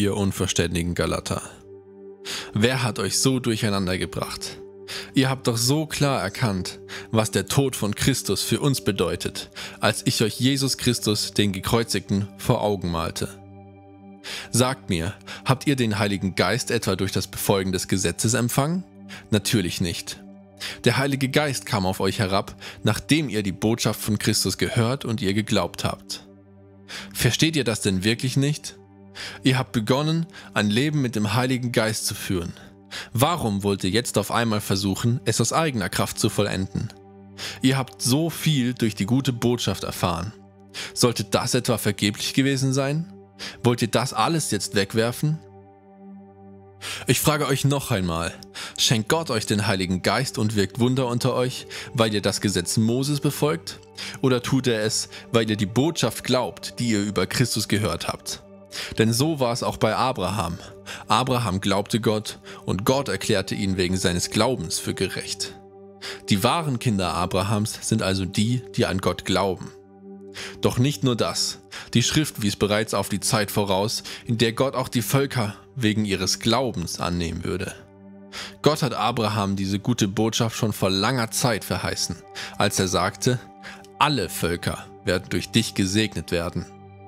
ihr unverständigen Galater. Wer hat euch so durcheinander gebracht? Ihr habt doch so klar erkannt, was der Tod von Christus für uns bedeutet, als ich euch Jesus Christus, den Gekreuzigten, vor Augen malte. Sagt mir, habt ihr den Heiligen Geist etwa durch das Befolgen des Gesetzes empfangen? Natürlich nicht. Der Heilige Geist kam auf euch herab, nachdem ihr die Botschaft von Christus gehört und ihr geglaubt habt. Versteht ihr das denn wirklich nicht? Ihr habt begonnen, ein Leben mit dem Heiligen Geist zu führen. Warum wollt ihr jetzt auf einmal versuchen, es aus eigener Kraft zu vollenden? Ihr habt so viel durch die gute Botschaft erfahren. Sollte das etwa vergeblich gewesen sein? Wollt ihr das alles jetzt wegwerfen? Ich frage euch noch einmal, schenkt Gott euch den Heiligen Geist und wirkt Wunder unter euch, weil ihr das Gesetz Moses befolgt? Oder tut er es, weil ihr die Botschaft glaubt, die ihr über Christus gehört habt? Denn so war es auch bei Abraham. Abraham glaubte Gott und Gott erklärte ihn wegen seines Glaubens für gerecht. Die wahren Kinder Abrahams sind also die, die an Gott glauben. Doch nicht nur das. Die Schrift wies bereits auf die Zeit voraus, in der Gott auch die Völker wegen ihres Glaubens annehmen würde. Gott hat Abraham diese gute Botschaft schon vor langer Zeit verheißen, als er sagte: Alle Völker werden durch dich gesegnet werden.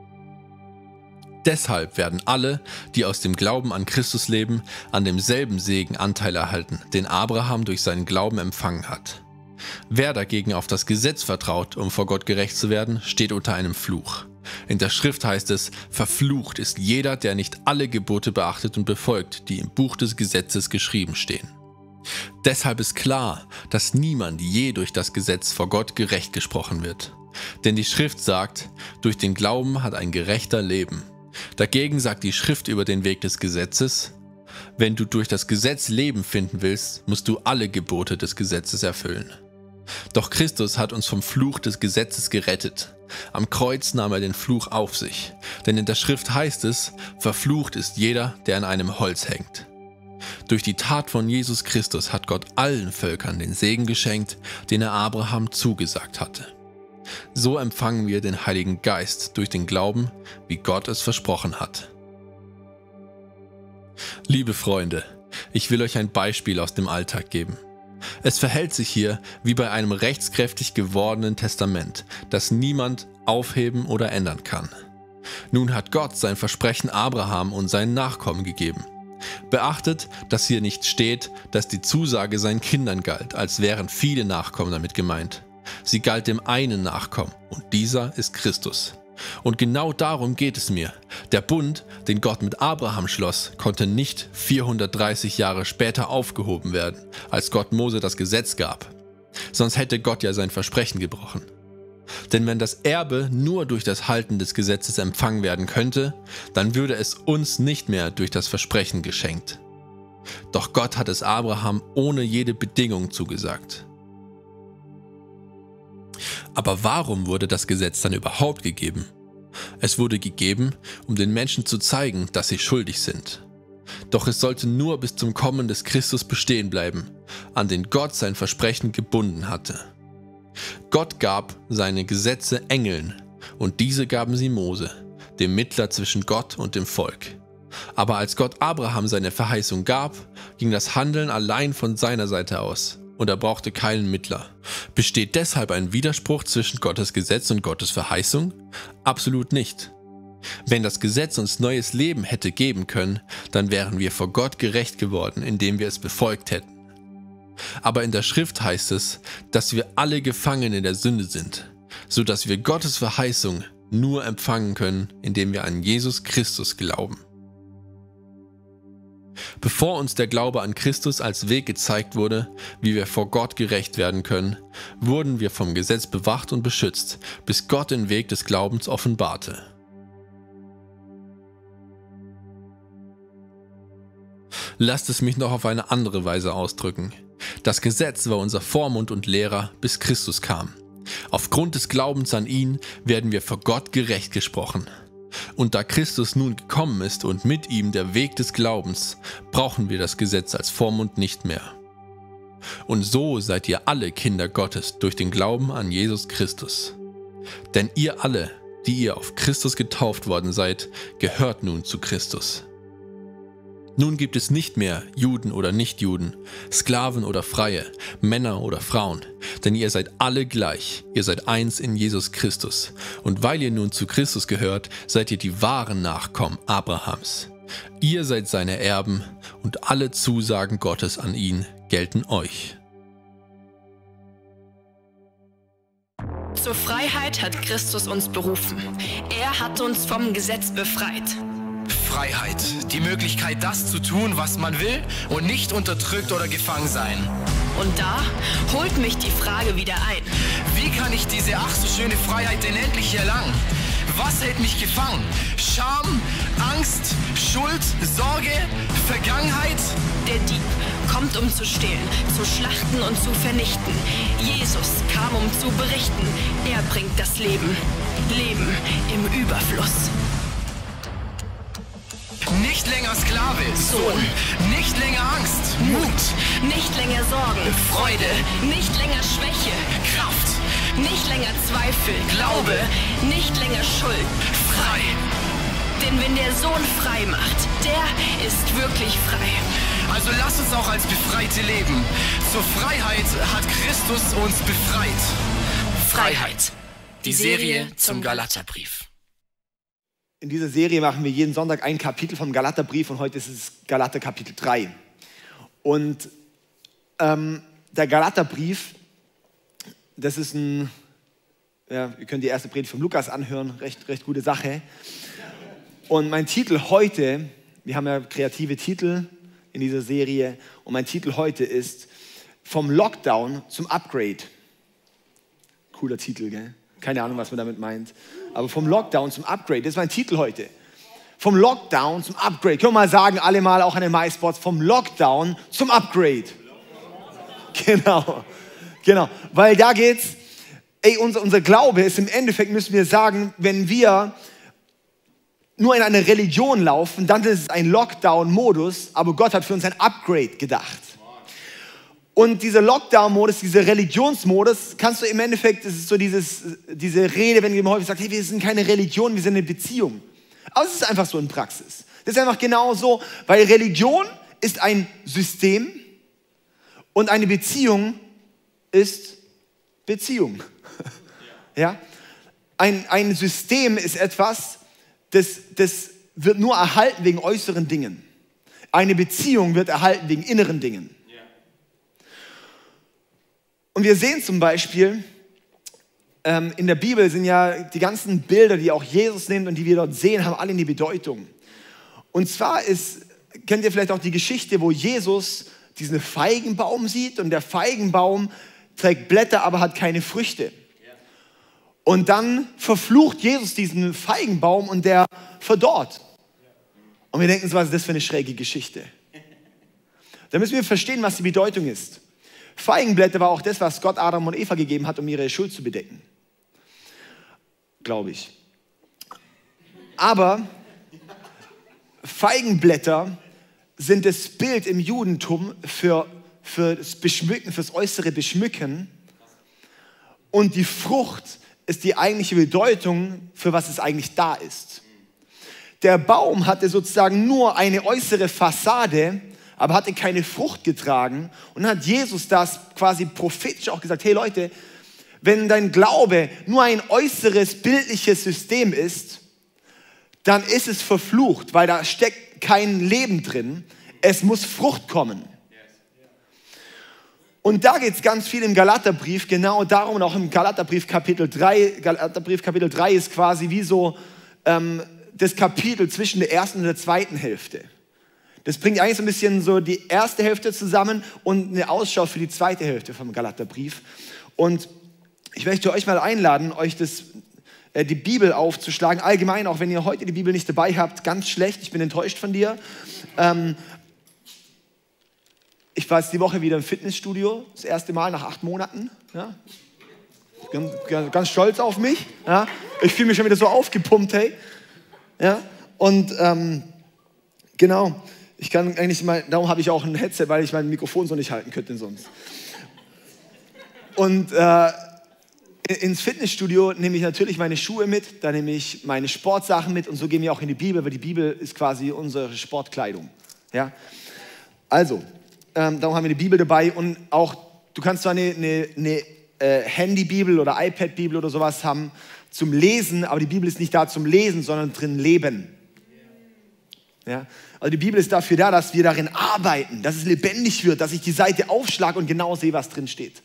Deshalb werden alle, die aus dem Glauben an Christus leben, an demselben Segen Anteil erhalten, den Abraham durch seinen Glauben empfangen hat. Wer dagegen auf das Gesetz vertraut, um vor Gott gerecht zu werden, steht unter einem Fluch. In der Schrift heißt es: Verflucht ist jeder, der nicht alle Gebote beachtet und befolgt, die im Buch des Gesetzes geschrieben stehen. Deshalb ist klar, dass niemand je durch das Gesetz vor Gott gerecht gesprochen wird. Denn die Schrift sagt: Durch den Glauben hat ein Gerechter Leben. Dagegen sagt die Schrift über den Weg des Gesetzes: Wenn du durch das Gesetz Leben finden willst, musst du alle Gebote des Gesetzes erfüllen. Doch Christus hat uns vom Fluch des Gesetzes gerettet. Am Kreuz nahm er den Fluch auf sich. Denn in der Schrift heißt es: Verflucht ist jeder, der an einem Holz hängt. Durch die Tat von Jesus Christus hat Gott allen Völkern den Segen geschenkt, den er Abraham zugesagt hatte. So empfangen wir den Heiligen Geist durch den Glauben, wie Gott es versprochen hat. Liebe Freunde, ich will euch ein Beispiel aus dem Alltag geben. Es verhält sich hier wie bei einem rechtskräftig gewordenen Testament, das niemand aufheben oder ändern kann. Nun hat Gott sein Versprechen Abraham und seinen Nachkommen gegeben. Beachtet, dass hier nicht steht, dass die Zusage seinen Kindern galt, als wären viele Nachkommen damit gemeint. Sie galt dem einen Nachkommen, und dieser ist Christus. Und genau darum geht es mir. Der Bund, den Gott mit Abraham schloss, konnte nicht 430 Jahre später aufgehoben werden, als Gott Mose das Gesetz gab. Sonst hätte Gott ja sein Versprechen gebrochen. Denn wenn das Erbe nur durch das Halten des Gesetzes empfangen werden könnte, dann würde es uns nicht mehr durch das Versprechen geschenkt. Doch Gott hat es Abraham ohne jede Bedingung zugesagt. Aber warum wurde das Gesetz dann überhaupt gegeben? Es wurde gegeben, um den Menschen zu zeigen, dass sie schuldig sind. Doch es sollte nur bis zum Kommen des Christus bestehen bleiben, an den Gott sein Versprechen gebunden hatte. Gott gab seine Gesetze Engeln, und diese gaben sie Mose, dem Mittler zwischen Gott und dem Volk. Aber als Gott Abraham seine Verheißung gab, ging das Handeln allein von seiner Seite aus. Und er brauchte keinen Mittler. Besteht deshalb ein Widerspruch zwischen Gottes Gesetz und Gottes Verheißung? Absolut nicht. Wenn das Gesetz uns neues Leben hätte geben können, dann wären wir vor Gott gerecht geworden, indem wir es befolgt hätten. Aber in der Schrift heißt es, dass wir alle gefangen in der Sünde sind, sodass wir Gottes Verheißung nur empfangen können, indem wir an Jesus Christus glauben. Bevor uns der Glaube an Christus als Weg gezeigt wurde, wie wir vor Gott gerecht werden können, wurden wir vom Gesetz bewacht und beschützt, bis Gott den Weg des Glaubens offenbarte. Lasst es mich noch auf eine andere Weise ausdrücken. Das Gesetz war unser Vormund und Lehrer, bis Christus kam. Aufgrund des Glaubens an ihn werden wir vor Gott gerecht gesprochen. Und da Christus nun gekommen ist und mit ihm der Weg des Glaubens, brauchen wir das Gesetz als Vormund nicht mehr. Und so seid ihr alle Kinder Gottes durch den Glauben an Jesus Christus. Denn ihr alle, die ihr auf Christus getauft worden seid, gehört nun zu Christus. Nun gibt es nicht mehr Juden oder Nichtjuden, Sklaven oder Freie, Männer oder Frauen, denn ihr seid alle gleich, ihr seid eins in Jesus Christus. Und weil ihr nun zu Christus gehört, seid ihr die wahren Nachkommen Abrahams. Ihr seid seine Erben und alle Zusagen Gottes an ihn gelten euch. Zur Freiheit hat Christus uns berufen. Er hat uns vom Gesetz befreit. Freiheit, die Möglichkeit, das zu tun, was man will und nicht unterdrückt oder gefangen sein. Und da holt mich die Frage wieder ein. Wie kann ich diese ach so schöne Freiheit denn endlich erlangen? Was hält mich gefangen? Scham, Angst, Schuld, Sorge, Vergangenheit? Der Dieb kommt, um zu stehlen, zu schlachten und zu vernichten. Jesus kam, um zu berichten. Er bringt das Leben. Leben im Überfluss. Nicht länger Sklave, Sohn. Nicht länger Angst, Mut. Nicht länger Sorgen, Freude. Nicht länger Schwäche, Kraft. nicht länger Zweifel, Glaube. nicht länger Schuld. Frei. Denn wenn der Sohn frei macht, der ist wirklich frei. Also lasst uns auch als Befreite leben. Zur Freiheit hat Christus uns befreit. Freiheit. Die Serie zum Galaterbrief. In dieser Serie machen wir jeden Sonntag ein Kapitel vom Galaterbrief und heute ist es Galater Kapitel 3. Und der Galaterbrief, das ist ihr könnt die erste Predigt von Lukas anhören, recht gute Sache. Und mein Titel heute, wir haben ja kreative Titel in dieser Serie, und mein Titel heute ist Vom Lockdown zum Upgrade. Cooler Titel, gell? Keine Ahnung, was man damit meint. Aber vom Lockdown zum Upgrade, das ist mein Titel heute. Vom Lockdown zum Upgrade. Können wir mal sagen, alle mal auch an den MySpots, vom Lockdown zum Upgrade. Genau. Weil da geht's, unser Glaube ist im Endeffekt, müssen wir sagen, wenn wir nur in eine Religion laufen, dann ist es ein Lockdown-Modus, aber Gott hat für uns ein Upgrade gedacht. Und dieser Lockdown-Modus, dieser Religionsmodus, kannst du im Endeffekt, das ist so diese Rede, wenn jemand häufig sagt, hey, wir sind keine Religion, wir sind eine Beziehung. Aber es ist einfach so in Praxis. Das ist einfach genau so, weil Religion ist ein System und eine Beziehung ist Beziehung. Ja? Ein System ist etwas, das wird nur erhalten wegen äußeren Dingen. Eine Beziehung wird erhalten wegen inneren Dingen. Und wir sehen zum Beispiel, in der Bibel sind ja die ganzen Bilder, die auch Jesus nimmt und die wir dort sehen, haben alle eine Bedeutung. Und zwar kennt ihr vielleicht auch die Geschichte, wo Jesus diesen Feigenbaum sieht und der Feigenbaum trägt Blätter, aber hat keine Früchte. Und dann verflucht Jesus diesen Feigenbaum und der verdorrt. Und wir denken, was ist das für eine schräge Geschichte? Da müssen wir verstehen, was die Bedeutung ist. Feigenblätter war auch das, was Gott Adam und Eva gegeben hat, um ihre Schuld zu bedecken. Glaube ich. Aber Feigenblätter sind das Bild im Judentum für das Beschmücken, fürs äußere Beschmücken. Und die Frucht ist die eigentliche Bedeutung, für was es eigentlich da ist. Der Baum hatte sozusagen nur eine äußere Fassade, aber hatte keine Frucht getragen. Und dann hat Jesus das quasi prophetisch auch gesagt, hey Leute, wenn dein Glaube nur ein äußeres, bildliches System ist, dann ist es verflucht, weil da steckt kein Leben drin. Es muss Frucht kommen. Und da geht es ganz viel im Galaterbrief, genau darum, und auch im Galaterbrief Kapitel 3. Galaterbrief Kapitel 3 ist quasi wie so das Kapitel zwischen der ersten und der zweiten Hälfte. Das bringt eigentlich so ein bisschen so die erste Hälfte zusammen und eine Ausschau für die zweite Hälfte vom Galaterbrief. Und ich möchte euch mal einladen, euch die Bibel aufzuschlagen. Allgemein, auch wenn ihr heute die Bibel nicht dabei habt, ganz schlecht, ich bin enttäuscht von dir. Ich war jetzt die Woche wieder im Fitnessstudio, das erste Mal nach 8 Monaten. Ja. Ganz stolz auf mich. Ja. Ich fühle mich schon wieder so aufgepumpt, hey. Ja. Und genau, ich kann eigentlich mal, darum habe ich auch ein Headset, weil ich mein Mikrofon so nicht halten könnte sonst. Und ins Fitnessstudio nehme ich natürlich meine Schuhe mit, da nehme ich meine Sportsachen mit und so gehen wir auch in die Bibel, weil die Bibel ist quasi unsere Sportkleidung. Ja? Also, darum haben wir die Bibel dabei und auch, du kannst zwar eine Handy-Bibel oder iPad-Bibel oder sowas haben zum Lesen, aber die Bibel ist nicht da zum Lesen, sondern drin leben. Ja? Also die Bibel ist dafür da, dass wir darin arbeiten, dass es lebendig wird, dass ich die Seite aufschlage und genau sehe, was drin steht.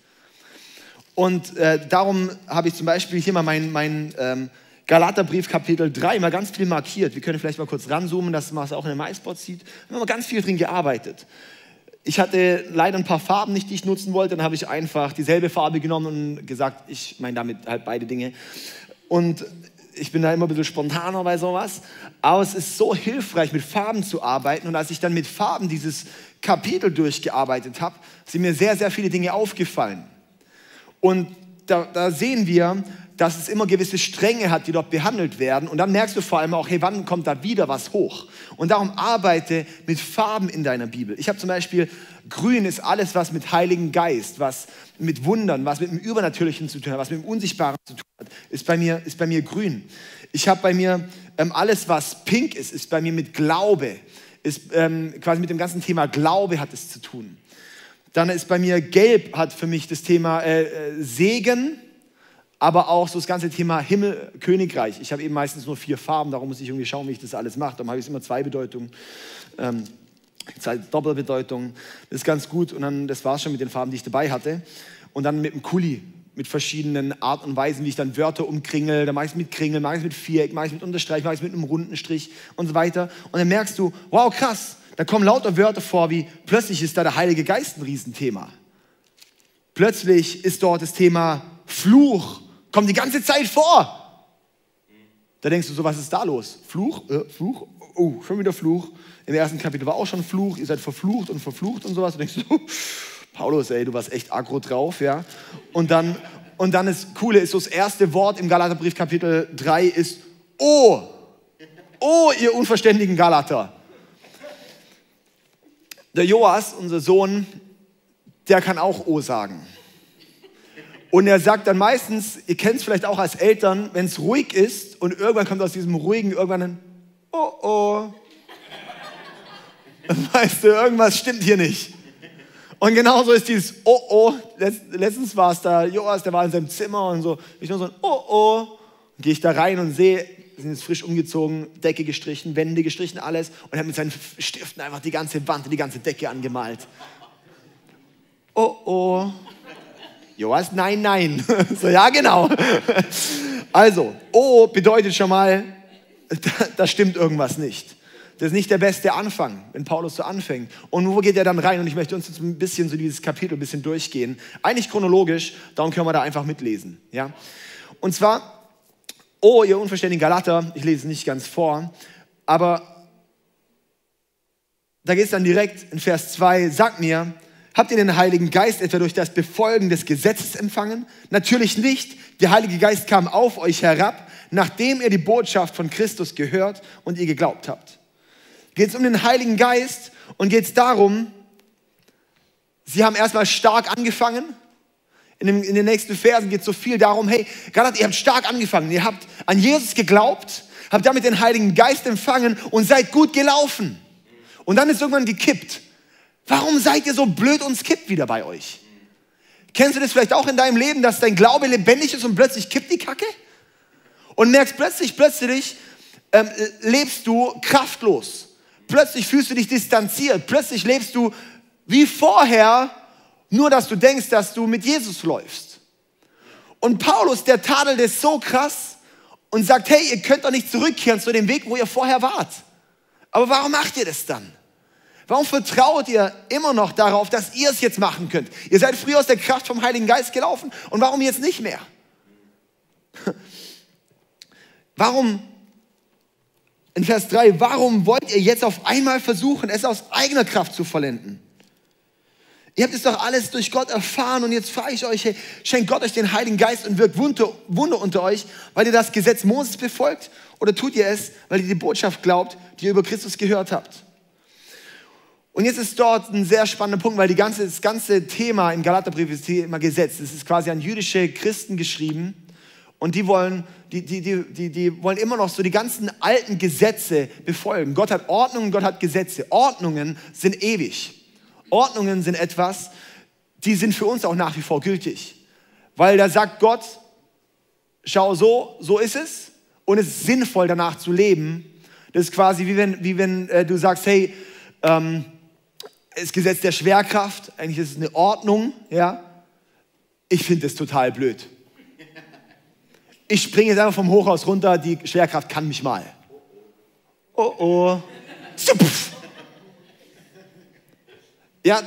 Und darum habe ich zum Beispiel hier mal mein Galaterbrief Kapitel 3 mal ganz viel markiert. Wir können vielleicht mal kurz ranzoomen, dass man es auch in den MySpots sieht. Wir haben ganz viel drin gearbeitet. Ich hatte leider ein paar Farben nicht, die ich nutzen wollte. Dann habe ich einfach dieselbe Farbe genommen und gesagt, ich meine damit halt beide Dinge. Und ich bin da immer ein bisschen spontaner bei sowas. Aber es ist so hilfreich, mit Farben zu arbeiten. Und als ich dann mit Farben dieses Kapitel durchgearbeitet habe, sind mir sehr, sehr viele Dinge aufgefallen. Und da sehen wir, dass es immer gewisse Stränge hat, die dort behandelt werden. Und dann merkst du vor allem auch, hey, wann kommt da wieder was hoch? Und darum arbeite mit Farben in deiner Bibel. Ich habe zum Beispiel, grün ist alles, was mit Heiligen Geist, was mit Wundern, was mit dem Übernatürlichen zu tun hat, was mit dem Unsichtbaren zu tun hat, ist bei mir grün. Ich habe bei mir alles, was pink ist bei mir mit Glaube, ist quasi mit dem ganzen Thema Glaube hat es zu tun. Dann ist bei mir gelb, hat für mich das Thema Segen, aber auch so das ganze Thema Himmel, Königreich. Ich habe eben meistens nur 4 Farben, darum muss ich irgendwie schauen, wie ich das alles mache. Darum habe ich immer 2 Bedeutungen, 2 Doppelbedeutungen. Das ist ganz gut und dann, das war es schon mit den Farben, die ich dabei hatte. Und dann mit dem Kuli, mit verschiedenen Arten und Weisen, wie ich dann Wörter umkringel. Da mache ich es mit Kringel, mache ich es mit Viereck, mache ich es mit Unterstreich, mache ich es mit einem runden Strich und so weiter. Und dann merkst du, wow, krass, da kommen lauter Wörter vor, wie plötzlich ist da der Heilige Geist ein Riesenthema. Plötzlich ist dort das Thema Fluch, kommt die ganze Zeit vor. Da denkst du so, was ist da los? Fluch? Fluch? Oh, schon wieder Fluch. Im ersten Kapitel war auch schon Fluch. Ihr seid verflucht und sowas. Du denkst so, Paulus, ey, du warst echt aggro drauf, ja. Und dann das Coole ist, so das erste Wort im Galaterbrief Kapitel 3 ist Oh. Oh, ihr unverständigen Galater. Der Joas, unser Sohn, der kann auch Oh sagen. Und er sagt dann meistens, ihr kennt es vielleicht auch als Eltern, wenn es ruhig ist und irgendwann kommt aus diesem ruhigen irgendwann ein Oh, oh. Dann weißt du, irgendwas stimmt hier nicht. Und genauso ist dieses Oh, oh. Letztens war es da, Joas, der war in seinem Zimmer und so. Ich nur so ein Oh, oh. Dann gehe ich da rein und sehe, wir sind jetzt frisch umgezogen, Decke gestrichen, Wände gestrichen, alles. Und er hat mit seinen Stiften einfach die ganze Wand und die ganze Decke angemalt. Oh, oh. Joas, nein, nein. So, ja, genau. Also, oh bedeutet schon mal, da stimmt irgendwas nicht. Das ist nicht der beste Anfang, wenn Paulus so anfängt. Und wo geht er dann rein? Und ich möchte uns jetzt ein bisschen so dieses Kapitel ein bisschen durchgehen. Eigentlich chronologisch, darum können wir da einfach mitlesen. Ja? Und zwar, oh, ihr unverständigen Galater, ich lese es nicht ganz vor, aber da geht es dann direkt in Vers 2, sagt mir, habt ihr den Heiligen Geist etwa durch das Befolgen des Gesetzes empfangen? Natürlich nicht. Der Heilige Geist kam auf euch herab, nachdem ihr die Botschaft von Christus gehört und ihr geglaubt habt. Geht es um den Heiligen Geist und geht es darum, sie haben erstmal stark angefangen. In den nächsten Versen geht es so viel darum, hey, Galater, ihr habt stark angefangen. Ihr habt an Jesus geglaubt, habt damit den Heiligen Geist empfangen und seid gut gelaufen. Und dann ist irgendwann gekippt. Warum seid ihr so blöd und es kippt wieder bei euch? Kennst du das vielleicht auch in deinem Leben, dass dein Glaube lebendig ist und plötzlich kippt die Kacke? Und merkst plötzlich lebst du kraftlos. Plötzlich fühlst du dich distanziert. Plötzlich lebst du wie vorher, nur dass du denkst, dass du mit Jesus läufst. Und Paulus, der tadelt es so krass und sagt, hey, ihr könnt doch nicht zurückkehren zu dem Weg, wo ihr vorher wart. Aber warum macht ihr das dann? Warum vertraut ihr immer noch darauf, dass ihr es jetzt machen könnt? Ihr seid früher aus der Kraft vom Heiligen Geist gelaufen und warum jetzt nicht mehr? Warum, in Vers 3, warum wollt ihr jetzt auf einmal versuchen, es aus eigener Kraft zu vollenden? Ihr habt es doch alles durch Gott erfahren und jetzt frage ich euch, hey, schenkt Gott euch den Heiligen Geist und wirkt Wunder unter euch, weil ihr das Gesetz Moses befolgt? Oder tut ihr es, weil ihr die Botschaft glaubt, die ihr über Christus gehört habt? Und jetzt ist dort ein sehr spannender Punkt, weil das ganze Thema im Galaterbrief ist Thema Gesetz. Es ist quasi an jüdische Christen geschrieben Und die wollen immer noch so die ganzen alten Gesetze befolgen. Gott hat Ordnungen, Gott hat Gesetze. Ordnungen sind ewig. Ordnungen sind etwas, die sind für uns auch nach wie vor gültig. Weil da sagt Gott, schau, so ist es. Und es ist sinnvoll, danach zu leben. Das ist quasi wie wenn du sagst, hey, das Gesetz der Schwerkraft, eigentlich ist es eine Ordnung, ja. Ich finde das total blöd. Ich springe jetzt einfach vom Hochhaus runter, die Schwerkraft kann mich mal. Oh. Ja,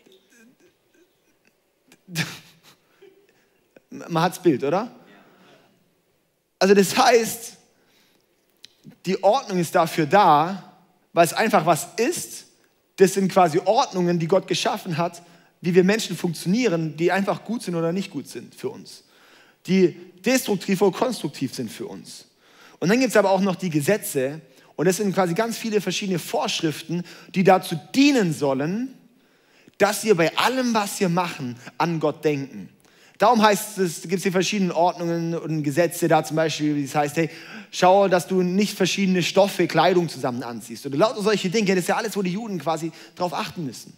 man hat's Bild, oder? Also das heißt, die Ordnung ist dafür da, weil es einfach was ist. Das sind quasi Ordnungen, die Gott geschaffen hat, wie wir Menschen funktionieren, die einfach gut sind oder nicht gut sind für uns. Die destruktiv oder konstruktiv sind für uns. Und dann gibt es aber auch noch die Gesetze. Und das sind quasi ganz viele verschiedene Vorschriften, die dazu dienen sollen, dass wir bei allem, was wir machen, an Gott denken. Darum heißt es, gibt es die verschiedenen Ordnungen und Gesetze, da zum Beispiel, wie es heißt, hey, schau, dass du nicht verschiedene Stoffe, Kleidung zusammen anziehst. Oder lauter solche Dinge, das ist ja alles, wo die Juden quasi drauf achten müssen.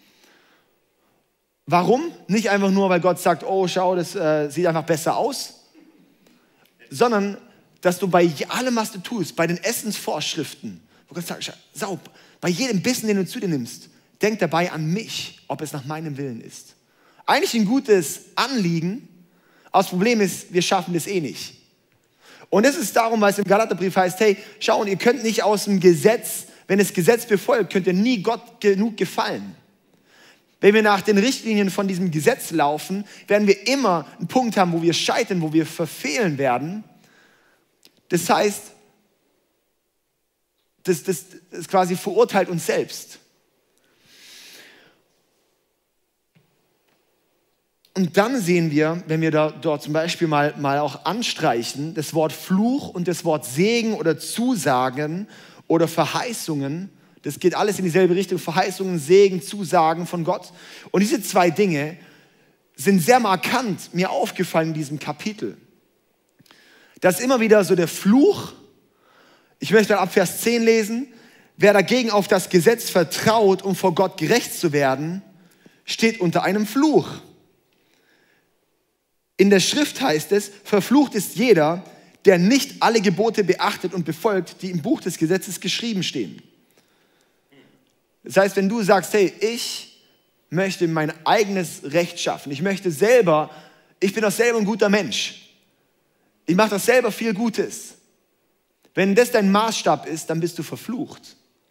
Warum? Nicht einfach nur, weil Gott sagt, oh, schau, das sieht einfach besser aus, sondern, dass du bei allem, was du tust, bei den Essensvorschriften, wo Gott sagt, schau, bei jedem Bissen, den du zu dir nimmst, denk dabei an mich, ob es nach meinem Willen ist. Eigentlich ein gutes Anliegen, aber das Problem ist, wir schaffen das eh nicht. Und es ist darum, weil es im Galaterbrief heißt, hey, schau, und ihr könnt nicht aus dem Gesetz, wenn das Gesetz befolgt, könnt ihr nie Gott genug gefallen. Wenn wir nach den Richtlinien von diesem Gesetz laufen, werden wir immer einen Punkt haben, wo wir scheitern, wo wir verfehlen werden. Das heißt, das quasi verurteilt uns selbst. Und dann sehen wir, wenn wir dort zum Beispiel mal auch anstreichen, das Wort Fluch und das Wort Segen oder Zusagen oder Verheißungen, das geht alles in dieselbe Richtung, Verheißungen, Segen, Zusagen von Gott. Und diese zwei Dinge sind sehr markant mir aufgefallen in diesem Kapitel. Da ist immer wieder so der Fluch, ich möchte dann ab Vers 10 lesen, wer dagegen auf das Gesetz vertraut, um vor Gott gerecht zu werden, steht unter einem Fluch. In der Schrift heißt es, verflucht ist jeder, der nicht alle Gebote beachtet und befolgt, die im Buch des Gesetzes geschrieben stehen. Das heißt, wenn du sagst, hey, ich möchte mein eigenes Recht schaffen, ich bin doch selber ein guter Mensch, ich mache doch selber viel Gutes. Wenn das dein Maßstab ist, dann bist du verflucht.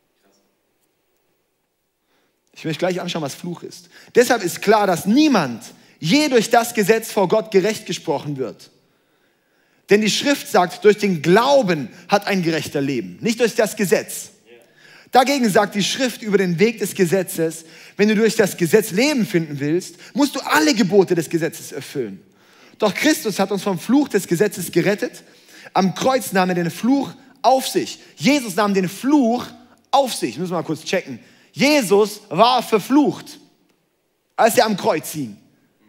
Ich möchte gleich anschauen, was Fluch ist. Deshalb ist klar, dass niemand je durch das Gesetz vor Gott gerecht gesprochen wird. Denn die Schrift sagt, durch den Glauben hat ein Gerechter Leben, nicht durch das Gesetz. Dagegen sagt die Schrift über den Weg des Gesetzes, wenn du durch das Gesetz Leben finden willst, musst du alle Gebote des Gesetzes erfüllen. Doch Christus hat uns vom Fluch des Gesetzes gerettet. Am Kreuz nahm er den Fluch auf sich. Jesus nahm den Fluch auf sich. Müssen wir mal kurz checken. Jesus war verflucht, als er am Kreuz hing.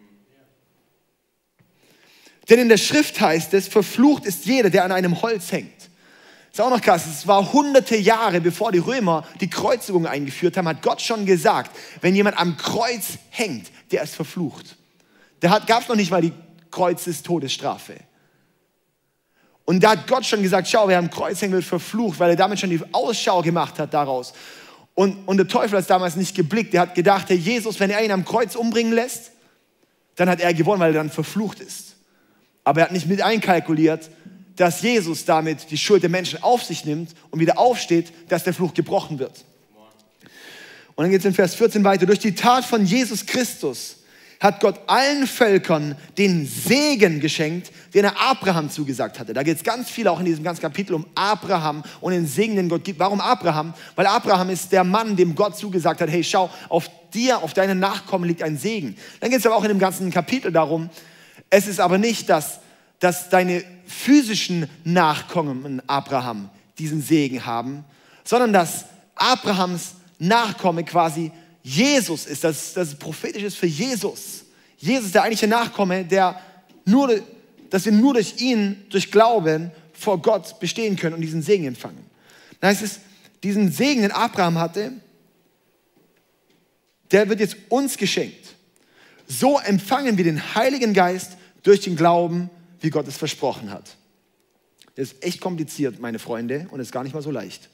Denn in der Schrift heißt es, verflucht ist jeder, der an einem Holz hängt. Das ist auch noch krass, es war hunderte Jahre, bevor die Römer die Kreuzigung eingeführt haben, hat Gott schon gesagt, wenn jemand am Kreuz hängt, der ist verflucht. Da gab es noch nicht mal die Kreuzes-Todesstrafe. Und da hat Gott schon gesagt, schau, wer am Kreuz hängt, wird verflucht, weil er damit schon die Ausschau gemacht hat daraus. Und der Teufel hat es damals nicht geblickt, der hat gedacht, Herr Jesus, wenn er ihn am Kreuz umbringen lässt, dann hat er gewonnen, weil er dann verflucht ist. Aber er hat nicht mit einkalkuliert, dass Jesus damit die Schuld der Menschen auf sich nimmt und wieder aufsteht, dass der Fluch gebrochen wird. Und dann geht es in Vers 14 weiter. Durch die Tat von Jesus Christus hat Gott allen Völkern den Segen geschenkt, den er Abraham zugesagt hatte. Da geht es ganz viel auch in diesem ganzen Kapitel um Abraham und den Segen, den Gott gibt. Warum Abraham? Weil Abraham ist der Mann, dem Gott zugesagt hat, hey, schau, auf dir, auf deine Nachkommen liegt ein Segen. Dann geht es aber auch in dem ganzen Kapitel darum, es ist aber nicht, dass deine physischen Nachkommen Abraham diesen Segen haben, sondern dass Abrahams Nachkomme quasi Jesus ist, dass es prophetisch ist für Jesus. Jesus ist der eigentliche Nachkomme, der nur dass wir nur durch ihn, durch Glauben vor Gott bestehen können und diesen Segen empfangen. Da heißt es, diesen Segen, den Abraham hatte, der wird jetzt uns geschenkt. So empfangen wir den Heiligen Geist durch den Glauben, wie Gott es versprochen hat. Das ist echt kompliziert, meine Freunde, und ist gar nicht mal so leicht.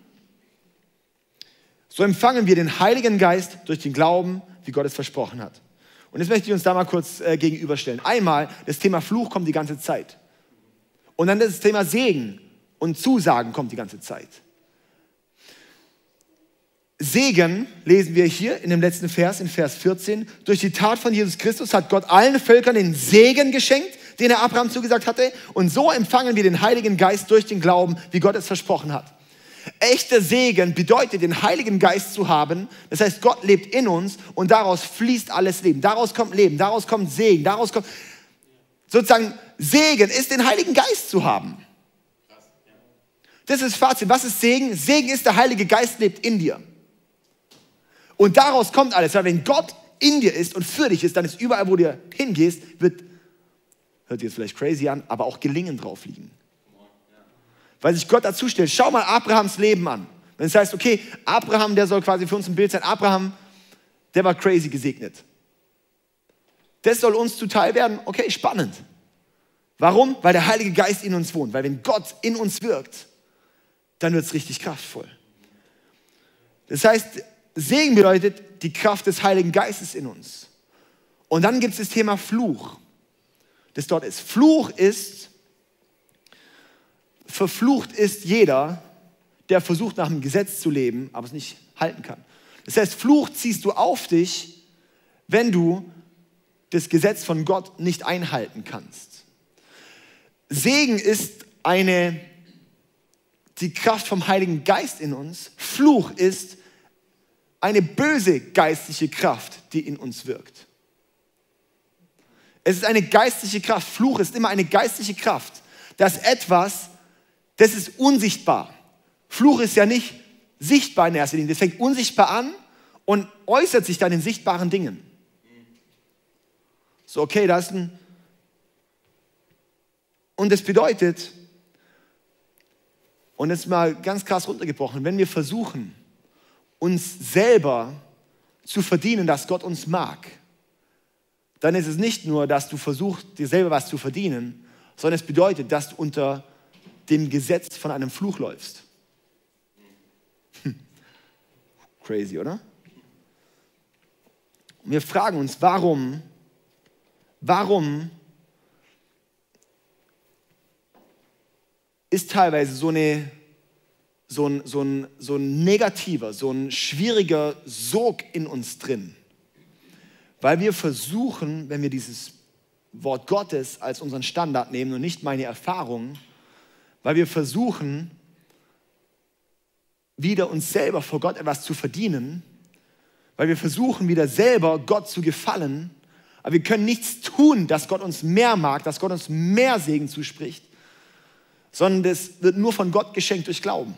So empfangen wir den Heiligen Geist durch den Glauben, wie Gott es versprochen hat. Und jetzt möchte ich uns da mal kurz gegenüberstellen. Einmal, das Thema Fluch kommt die ganze Zeit. Und dann das Thema Segen und Zusagen kommt die ganze Zeit. Segen lesen wir hier in dem letzten Vers, in Vers 14. Durch die Tat von Jesus Christus hat Gott allen Völkern den Segen geschenkt, den er Abraham zugesagt hatte. Und so empfangen wir den Heiligen Geist durch den Glauben, wie Gott es versprochen hat. Echter Segen bedeutet, den Heiligen Geist zu haben. Das heißt, Gott lebt in uns und daraus fließt alles Leben. Daraus kommt Leben, daraus kommt Segen, daraus kommt... Sozusagen, Segen ist, den Heiligen Geist zu haben. Das ist das Fazit. Was ist Segen? Segen ist, der Heilige Geist lebt in dir. Und daraus kommt alles. Weil wenn Gott in dir ist und für dich ist, dann ist überall, wo du hingehst, hört sich jetzt vielleicht crazy an, aber auch Gelingen drauf liegen. Weil sich Gott dazu stellt. Schau mal Abrahams Leben an. Wenn es heißt, okay, Abraham, der soll quasi für uns ein Bild sein. Abraham, der war crazy gesegnet. Das soll uns zuteil werden. Okay, spannend. Warum? Weil der Heilige Geist in uns wohnt. Weil wenn Gott in uns wirkt, dann wird es richtig kraftvoll. Das heißt, Segen bedeutet die Kraft des Heiligen Geistes in uns. Und dann gibt es das Thema Fluch, das dort ist. Verflucht ist jeder, der versucht, nach dem Gesetz zu leben, aber es nicht halten kann. Das heißt, Fluch ziehst du auf dich, wenn du das Gesetz von Gott nicht einhalten kannst. Segen ist die Kraft vom Heiligen Geist in uns. Fluch ist eine böse geistliche Kraft, die in uns wirkt. Es ist eine geistliche Kraft. Fluch ist immer eine geistliche Kraft. Das ist unsichtbar. Fluch ist ja nicht sichtbar in erster Linie. Das fängt unsichtbar an und äußert sich dann in sichtbaren Dingen. So, okay, und das bedeutet, und das ist mal ganz krass runtergebrochen, wenn wir versuchen, uns selber zu verdienen, dass Gott uns mag, dann ist es nicht nur, dass du versuchst, dir selber was zu verdienen, sondern es bedeutet, dass du unter dem Gesetz von einem Fluch läufst. Crazy, oder? Und wir fragen uns, warum ist teilweise so ein negativer, so ein schwieriger Sog in uns drin? Weil wir versuchen, wenn wir dieses Wort Gottes als unseren Standard nehmen und nicht meine Erfahrung, weil wir versuchen, wieder uns selber vor Gott etwas zu verdienen, weil wir versuchen, wieder selber Gott zu gefallen, aber wir können nichts tun, dass Gott uns mehr mag, dass Gott uns mehr Segen zuspricht, sondern das wird nur von Gott geschenkt durch Glauben.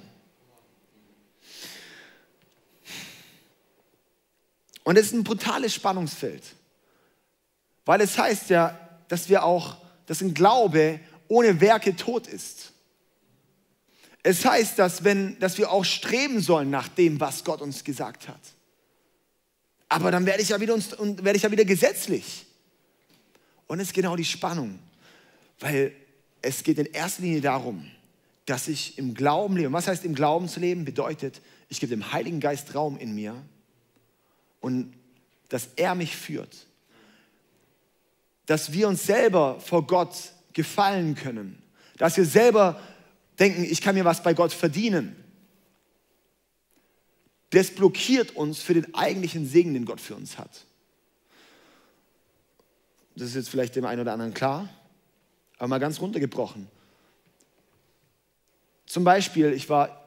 Und es ist ein brutales Spannungsfeld, weil es heißt ja, dass ein Glaube ohne Werke tot ist. Es heißt, dass wir auch streben sollen nach dem, was Gott uns gesagt hat. Aber dann werde ich ja wieder gesetzlich. Und es ist genau die Spannung, weil es geht in erster Linie darum, dass ich im Glauben lebe. Und was heißt im Glauben zu leben? Bedeutet, ich gebe dem Heiligen Geist Raum in mir und dass er mich führt. Dass wir uns selber vor Gott gefallen können. Dass wir selber denken, ich kann mir was bei Gott verdienen. Das blockiert uns für den eigentlichen Segen, den Gott für uns hat. Das ist jetzt vielleicht dem einen oder anderen klar, aber mal ganz runtergebrochen. Zum Beispiel, jetzt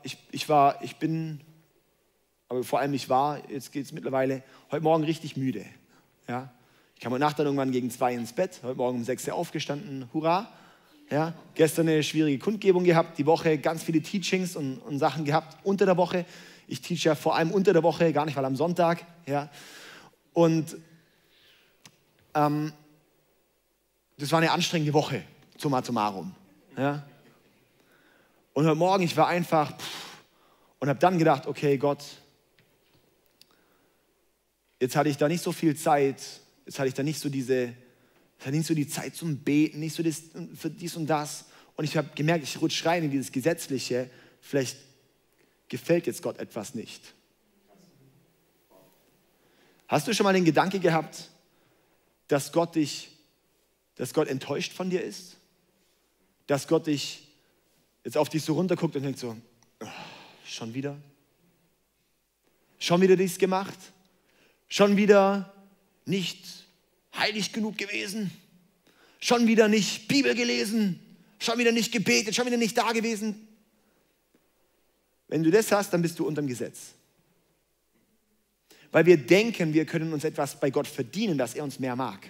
geht es mittlerweile, heute Morgen richtig müde. Ja? Ich kam heute Nacht dann irgendwann gegen 2 ins Bett, heute Morgen um 6 Uhr aufgestanden, hurra. Ja? Gestern eine schwierige Kundgebung gehabt, die Woche ganz viele Teachings und Sachen gehabt unter der Woche. Ich teach ja vor allem unter der Woche, gar nicht mal am Sonntag. Ja? Und das war eine anstrengende Woche, summa summarum. Ja? Und heute Morgen, ich war einfach und habe dann gedacht, okay Gott, jetzt hatte ich da nicht so viel Zeit, jetzt hatte ich da nicht so die Zeit zum Beten, nicht so für dies und das. Und ich habe gemerkt, ich rutsche rein in dieses Gesetzliche, vielleicht gefällt jetzt Gott etwas nicht. Hast du schon mal den Gedanke gehabt, dass Gott enttäuscht von dir ist? Dass Gott jetzt auf dich so runterguckt und denkt so, oh, schon wieder? Schon wieder dies gemacht? Schon wieder nicht heilig genug gewesen? Schon wieder nicht Bibel gelesen? Schon wieder nicht gebetet? Schon wieder nicht da gewesen? Wenn du das hast, dann bist du unterm Gesetz. Weil wir denken, wir können uns etwas bei Gott verdienen, dass er uns mehr mag.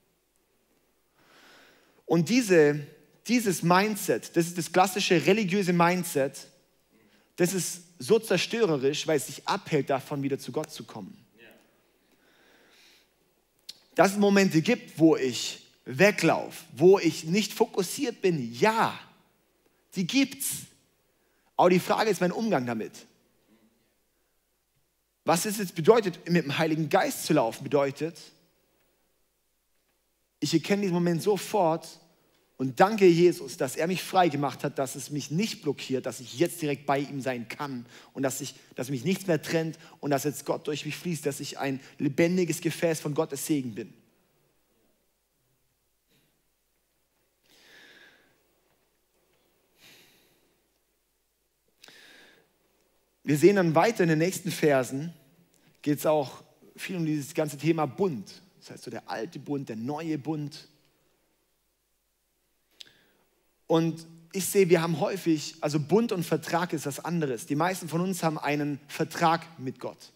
Und dieses Mindset, das ist das klassische religiöse Mindset, das ist so zerstörerisch, weil es dich abhält, davon wieder zu Gott zu kommen. Dass es Momente gibt, wo ich weglaufe, wo ich nicht fokussiert bin, ja, die gibt's. Aber die Frage ist mein Umgang damit. Was es jetzt bedeutet, mit dem Heiligen Geist zu laufen, bedeutet, ich erkenne diesen Moment sofort und danke Jesus, dass er mich frei gemacht hat, dass es mich nicht blockiert, dass ich jetzt direkt bei ihm sein kann und dass mich nichts mehr trennt und dass jetzt Gott durch mich fließt, dass ich ein lebendiges Gefäß von Gottes Segen bin. Wir sehen dann weiter in den nächsten Versen, geht es auch viel um dieses ganze Thema Bund. Das heißt so der alte Bund, der neue Bund. Und ich sehe, wir haben häufig, also Bund und Vertrag ist was anderes. Die meisten von uns haben einen Vertrag mit Gott.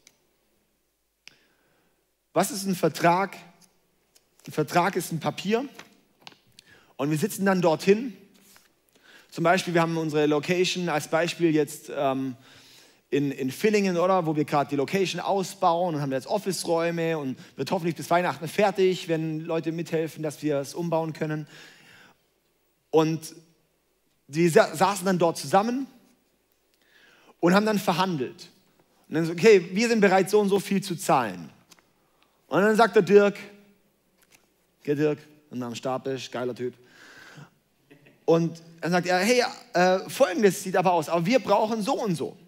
Was ist ein Vertrag? Ein Vertrag ist ein Papier und wir sitzen dann dorthin. Zum Beispiel, wir haben unsere Location als Beispiel jetzt in Villingen, oder, wo wir gerade die Location ausbauen und haben jetzt Office-Räume und wird hoffentlich bis Weihnachten fertig, wenn Leute mithelfen, dass wir es umbauen können. Und die saßen dann dort zusammen und haben dann verhandelt. Und dann so, okay, wir sind bereit, so und so viel zu zahlen. Und dann sagt der Dirk, okay Dirk, und am Stapel, geiler Typ. Und dann sagt er, hey, Folgendes sieht aber aus, aber wir brauchen so und so.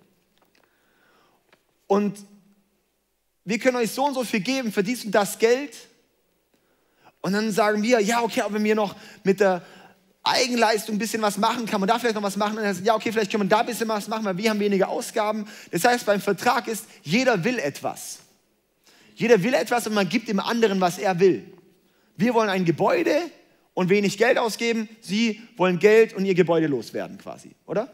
Und wir können euch so und so viel geben für dies und das Geld. Und dann sagen wir, ja, okay, aber wenn wir noch mit der Eigenleistung ein bisschen was machen, kann man da vielleicht noch was machen. Und dann sagen, ja, okay, vielleicht können wir da ein bisschen was machen, weil wir haben weniger Ausgaben. Das heißt, beim Vertrag ist, jeder will etwas. Jeder will etwas und man gibt dem anderen, was er will. Wir wollen ein Gebäude und wenig Geld ausgeben. Sie wollen Geld und ihr Gebäude loswerden quasi, oder?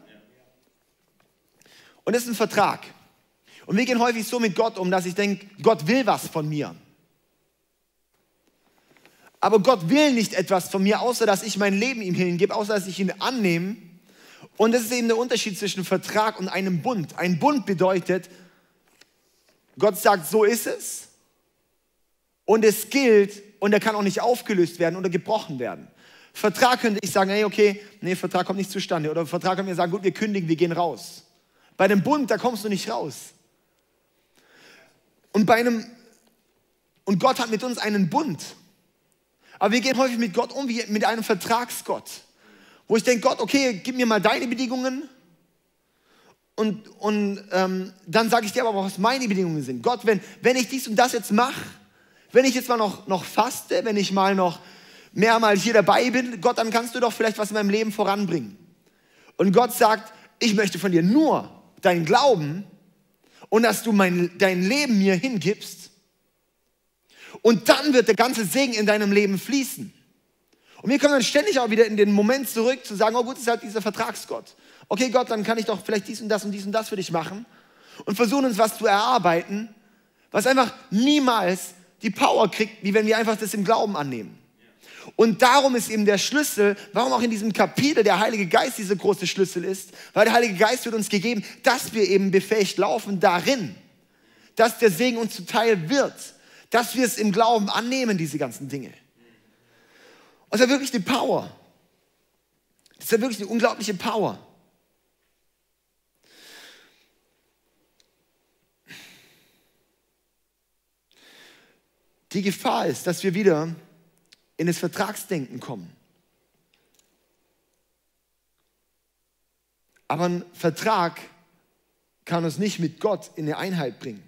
Und das ist ein Vertrag. Und wir gehen häufig so mit Gott um, dass ich denke, Gott will was von mir. Aber Gott will nicht etwas von mir, außer dass ich mein Leben ihm hingebe, außer dass ich ihn annehme. Und das ist eben der Unterschied zwischen Vertrag und einem Bund. Ein Bund bedeutet, Gott sagt, so ist es. Und es gilt und er kann auch nicht aufgelöst werden oder gebrochen werden. Vertrag könnte ich sagen, hey, okay, nee, Vertrag kommt nicht zustande. Oder Vertrag kann mir sagen, gut, wir kündigen, wir gehen raus. Bei dem Bund, da kommst du nicht raus. Und Gott hat mit uns einen Bund. Aber wir gehen häufig mit Gott um wie mit einem Vertragsgott. Wo ich denke, Gott, okay, gib mir mal deine Bedingungen. Und dann sage ich dir aber, was meine Bedingungen sind. Gott, wenn ich dies und das jetzt mache, wenn ich jetzt mal noch faste, wenn ich mal noch mehrmals hier dabei bin, Gott, dann kannst du doch vielleicht was in meinem Leben voranbringen. Und Gott sagt, ich möchte von dir nur deinen Glauben und dass du dein Leben mir hingibst. Und dann wird der ganze Segen in deinem Leben fließen. Und wir kommen dann ständig auch wieder in den Moment zurück, zu sagen, oh gut, das ist halt dieser Vertragsgott. Okay Gott, dann kann ich doch vielleicht dies und das für dich machen. Und versuchen uns was zu erarbeiten, was einfach niemals die Power kriegt, wie wenn wir einfach das im Glauben annehmen. Und darum ist eben der Schlüssel, warum auch in diesem Kapitel der Heilige Geist dieser große Schlüssel ist, weil der Heilige Geist wird uns gegeben, dass wir eben befähigt laufen darin, dass der Segen uns zuteil wird, dass wir es im Glauben annehmen, diese ganzen Dinge. Also wirklich die Power. Das ist ja wirklich eine unglaubliche Power. Die Gefahr ist, dass wir wieder in das Vertragsdenken kommen. Aber ein Vertrag kann uns nicht mit Gott in eine Einheit bringen.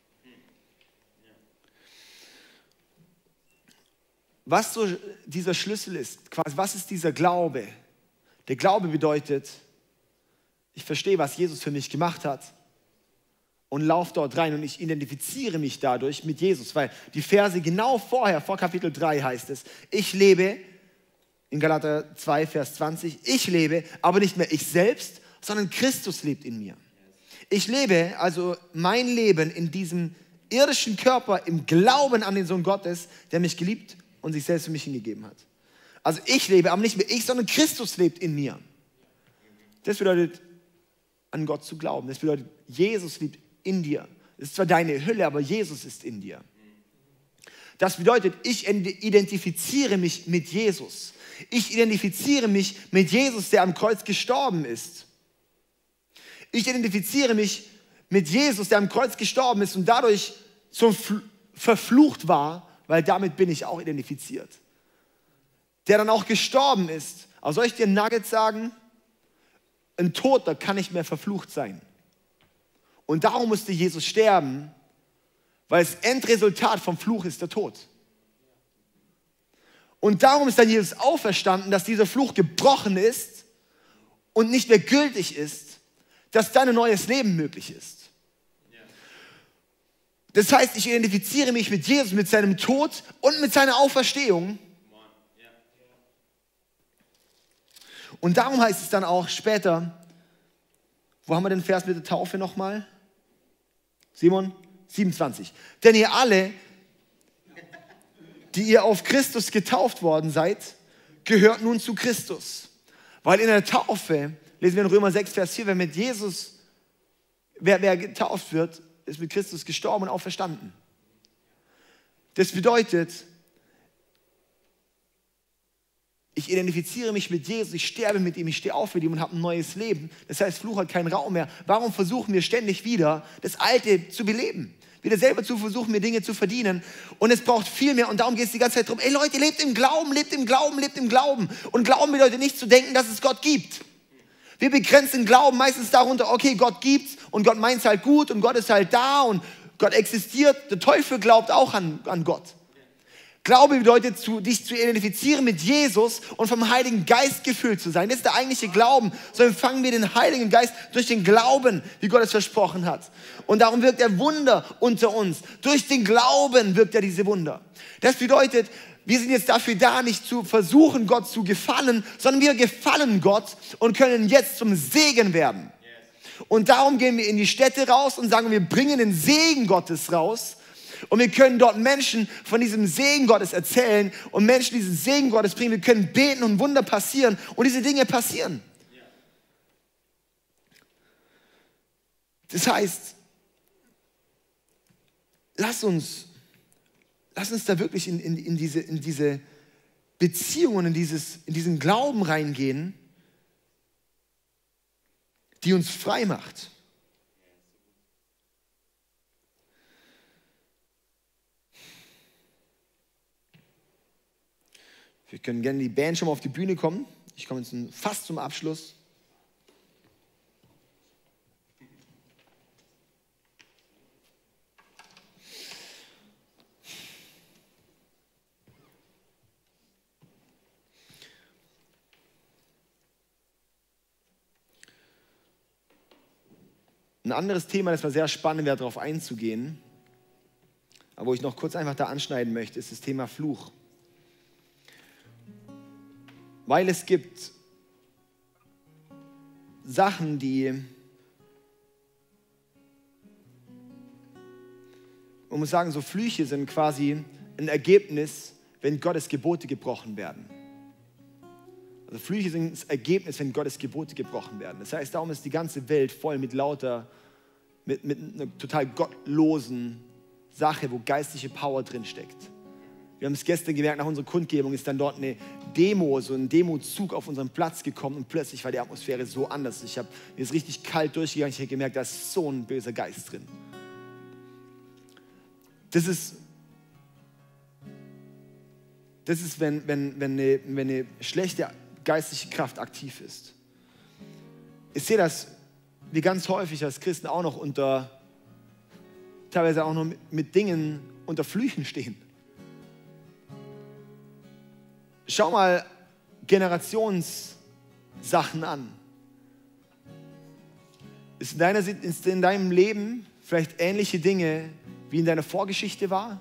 Was so dieser Schlüssel ist, quasi, was ist dieser Glaube? Der Glaube bedeutet, ich verstehe, was Jesus für mich gemacht hat und laufe dort rein und ich identifiziere mich dadurch mit Jesus, weil die Verse genau vorher, vor Kapitel 3 heißt es, ich lebe, in Galater 2, Vers 20, ich lebe, aber nicht mehr ich selbst, sondern Christus lebt in mir. Ich lebe also mein Leben in diesem irdischen Körper im Glauben an den Sohn Gottes, der mich geliebt und sich selbst für mich hingegeben hat. Also ich lebe, aber nicht mehr ich, sondern Christus lebt in mir. Das bedeutet, an Gott zu glauben. Das bedeutet, Jesus lebt in dir. Das ist zwar deine Hülle, aber Jesus ist in dir. Das bedeutet, ich identifiziere mich mit Jesus. Ich identifiziere mich mit Jesus, der am Kreuz gestorben ist. Ich identifiziere mich mit Jesus, der am Kreuz gestorben ist und dadurch so verflucht war, weil damit bin ich auch identifiziert. Der dann auch gestorben ist. Aber soll ich dir ein Nugget sagen? Ein Toter kann nicht mehr verflucht sein. Und darum musste Jesus sterben, weil das Endresultat vom Fluch ist der Tod. Und darum ist dann Jesus auferstanden, dass dieser Fluch gebrochen ist und nicht mehr gültig ist, dass dann ein neues Leben möglich ist. Das heißt, ich identifiziere mich mit Jesus, mit seinem Tod und mit seiner Auferstehung. Und darum heißt es dann auch später, wo haben wir den Vers mit der Taufe nochmal? Simon? 27. Denn ihr alle, die ihr auf Christus getauft worden seid, gehört nun zu Christus. Weil in der Taufe, lesen wir in Römer 6, Vers 4, wenn mit Jesus, wer getauft wird, ist mit Christus gestorben und auferstanden. Das bedeutet, ich identifiziere mich mit Jesus, ich sterbe mit ihm, ich stehe auf mit ihm und habe ein neues Leben. Das heißt, Fluch hat keinen Raum mehr. Warum versuchen wir ständig wieder, das Alte zu beleben? Wieder selber zu versuchen, mir Dinge zu verdienen. Und es braucht viel mehr. Und darum geht es die ganze Zeit darum, ey Leute, lebt im Glauben, lebt im Glauben, lebt im Glauben. Und Glauben bedeutet nicht zu denken, dass es Gott gibt. Wir begrenzen Glauben meistens darunter, okay, Gott gibt's und Gott meint's halt gut und Gott ist halt da und Gott existiert. Der Teufel glaubt auch an Gott. Glaube bedeutet, dich zu identifizieren mit Jesus und vom Heiligen Geist gefüllt zu sein. Das ist der eigentliche Glauben. So empfangen wir den Heiligen Geist durch den Glauben, wie Gott es versprochen hat. Und darum wirkt er Wunder unter uns. Durch den Glauben wirkt er diese Wunder. Das bedeutet, wir sind jetzt dafür da, nicht zu versuchen, Gott zu gefallen, sondern wir gefallen Gott und können jetzt zum Segen werden. Und darum gehen wir in die Städte raus und sagen, wir bringen den Segen Gottes raus. Und wir können dort Menschen von diesem Segen Gottes erzählen und Menschen diesen Segen Gottes bringen. Wir können beten und Wunder passieren und diese Dinge passieren. Das heißt, lass uns da wirklich in diese Beziehungen, in diesen Glauben reingehen, die uns frei macht. Wir können gerne die Band schon mal auf die Bühne kommen. Ich komme jetzt fast zum Abschluss. Ein anderes Thema, das war sehr spannend wäre, darauf einzugehen, aber wo ich noch kurz einfach da anschneiden möchte, ist das Thema Fluch. Weil es gibt Sachen, man muss sagen, so Flüche sind quasi ein Ergebnis, wenn Gottes Gebote gebrochen werden. Also Flüche sind das Ergebnis, wenn Gottes Gebote gebrochen werden. Das heißt, darum ist die ganze Welt voll mit einer total gottlosen Sache, wo geistliche Power drin steckt. Wir haben es gestern gemerkt, nach unserer Kundgebung ist dann dort eine Demo, so ein Demozug auf unseren Platz gekommen und plötzlich war die Atmosphäre so anders. Mir ist richtig kalt durchgegangen, ich habe gemerkt, da ist so ein böser Geist drin. Das ist, wenn eine schlechte geistliche Kraft aktiv ist. Ich sehe das, wir ganz häufig als Christen auch noch teilweise auch noch mit Dingen unter Flüchen stehen. Schau mal Generationssachen an. Ist in deinem Leben vielleicht ähnliche Dinge, wie in deiner Vorgeschichte war?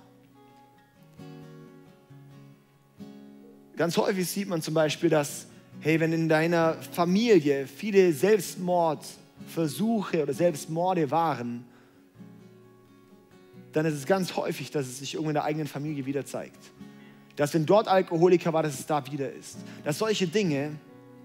Ganz häufig sieht man zum Beispiel, dass, wenn in deiner Familie viele Selbstmordversuche oder Selbstmorde waren, dann ist es ganz häufig, dass es sich irgendwo in der eigenen Familie wieder zeigt. Dass wenn dort Alkoholiker war, dass es da wieder ist. Dass solche Dinge,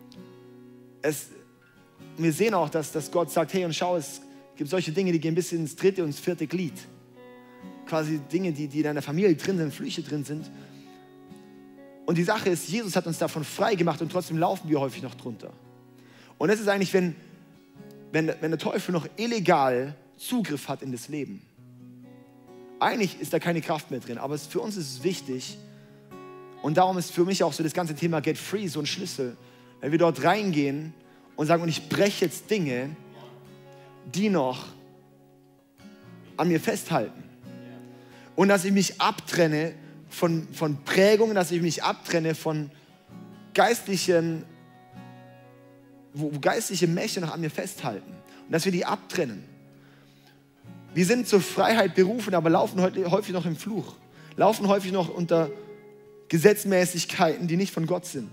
wir sehen auch, dass Gott sagt, hey und schau, es gibt solche Dinge, die gehen bis ins 3. und ins 4. Glied. Quasi Dinge, die in deiner Familie drin sind, Flüche drin sind. Und die Sache ist, Jesus hat uns davon frei gemacht und trotzdem laufen wir häufig noch drunter. Und das ist eigentlich, wenn der Teufel noch illegal Zugriff hat in das Leben. Eigentlich ist da keine Kraft mehr drin, aber für uns ist es wichtig, und darum ist für mich auch so das ganze Thema Get Free so ein Schlüssel. Wenn wir dort reingehen und sagen, und ich breche jetzt Dinge, die noch an mir festhalten. Und dass ich mich abtrenne von Prägungen, dass ich mich abtrenne von geistlichen, wo geistliche Mächte noch an mir festhalten. Und dass wir die abtrennen. Wir sind zur Freiheit berufen, aber laufen häufig noch im Fluch. Laufen häufig noch unter Gesetzmäßigkeiten, die nicht von Gott sind.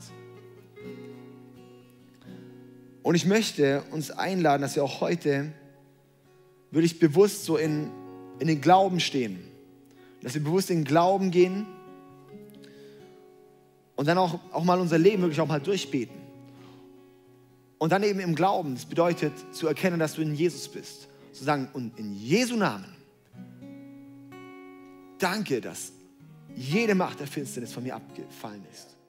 Und ich möchte uns einladen, dass wir auch heute wirklich bewusst so in den Glauben stehen. Dass wir bewusst in den Glauben gehen und dann auch mal unser Leben wirklich auch mal durchbeten. Und dann eben im Glauben, das bedeutet zu erkennen, dass du in Jesus bist. Zu sagen, und in Jesu Namen, danke, dass jede Macht der Finsternis von mir abgefallen ist.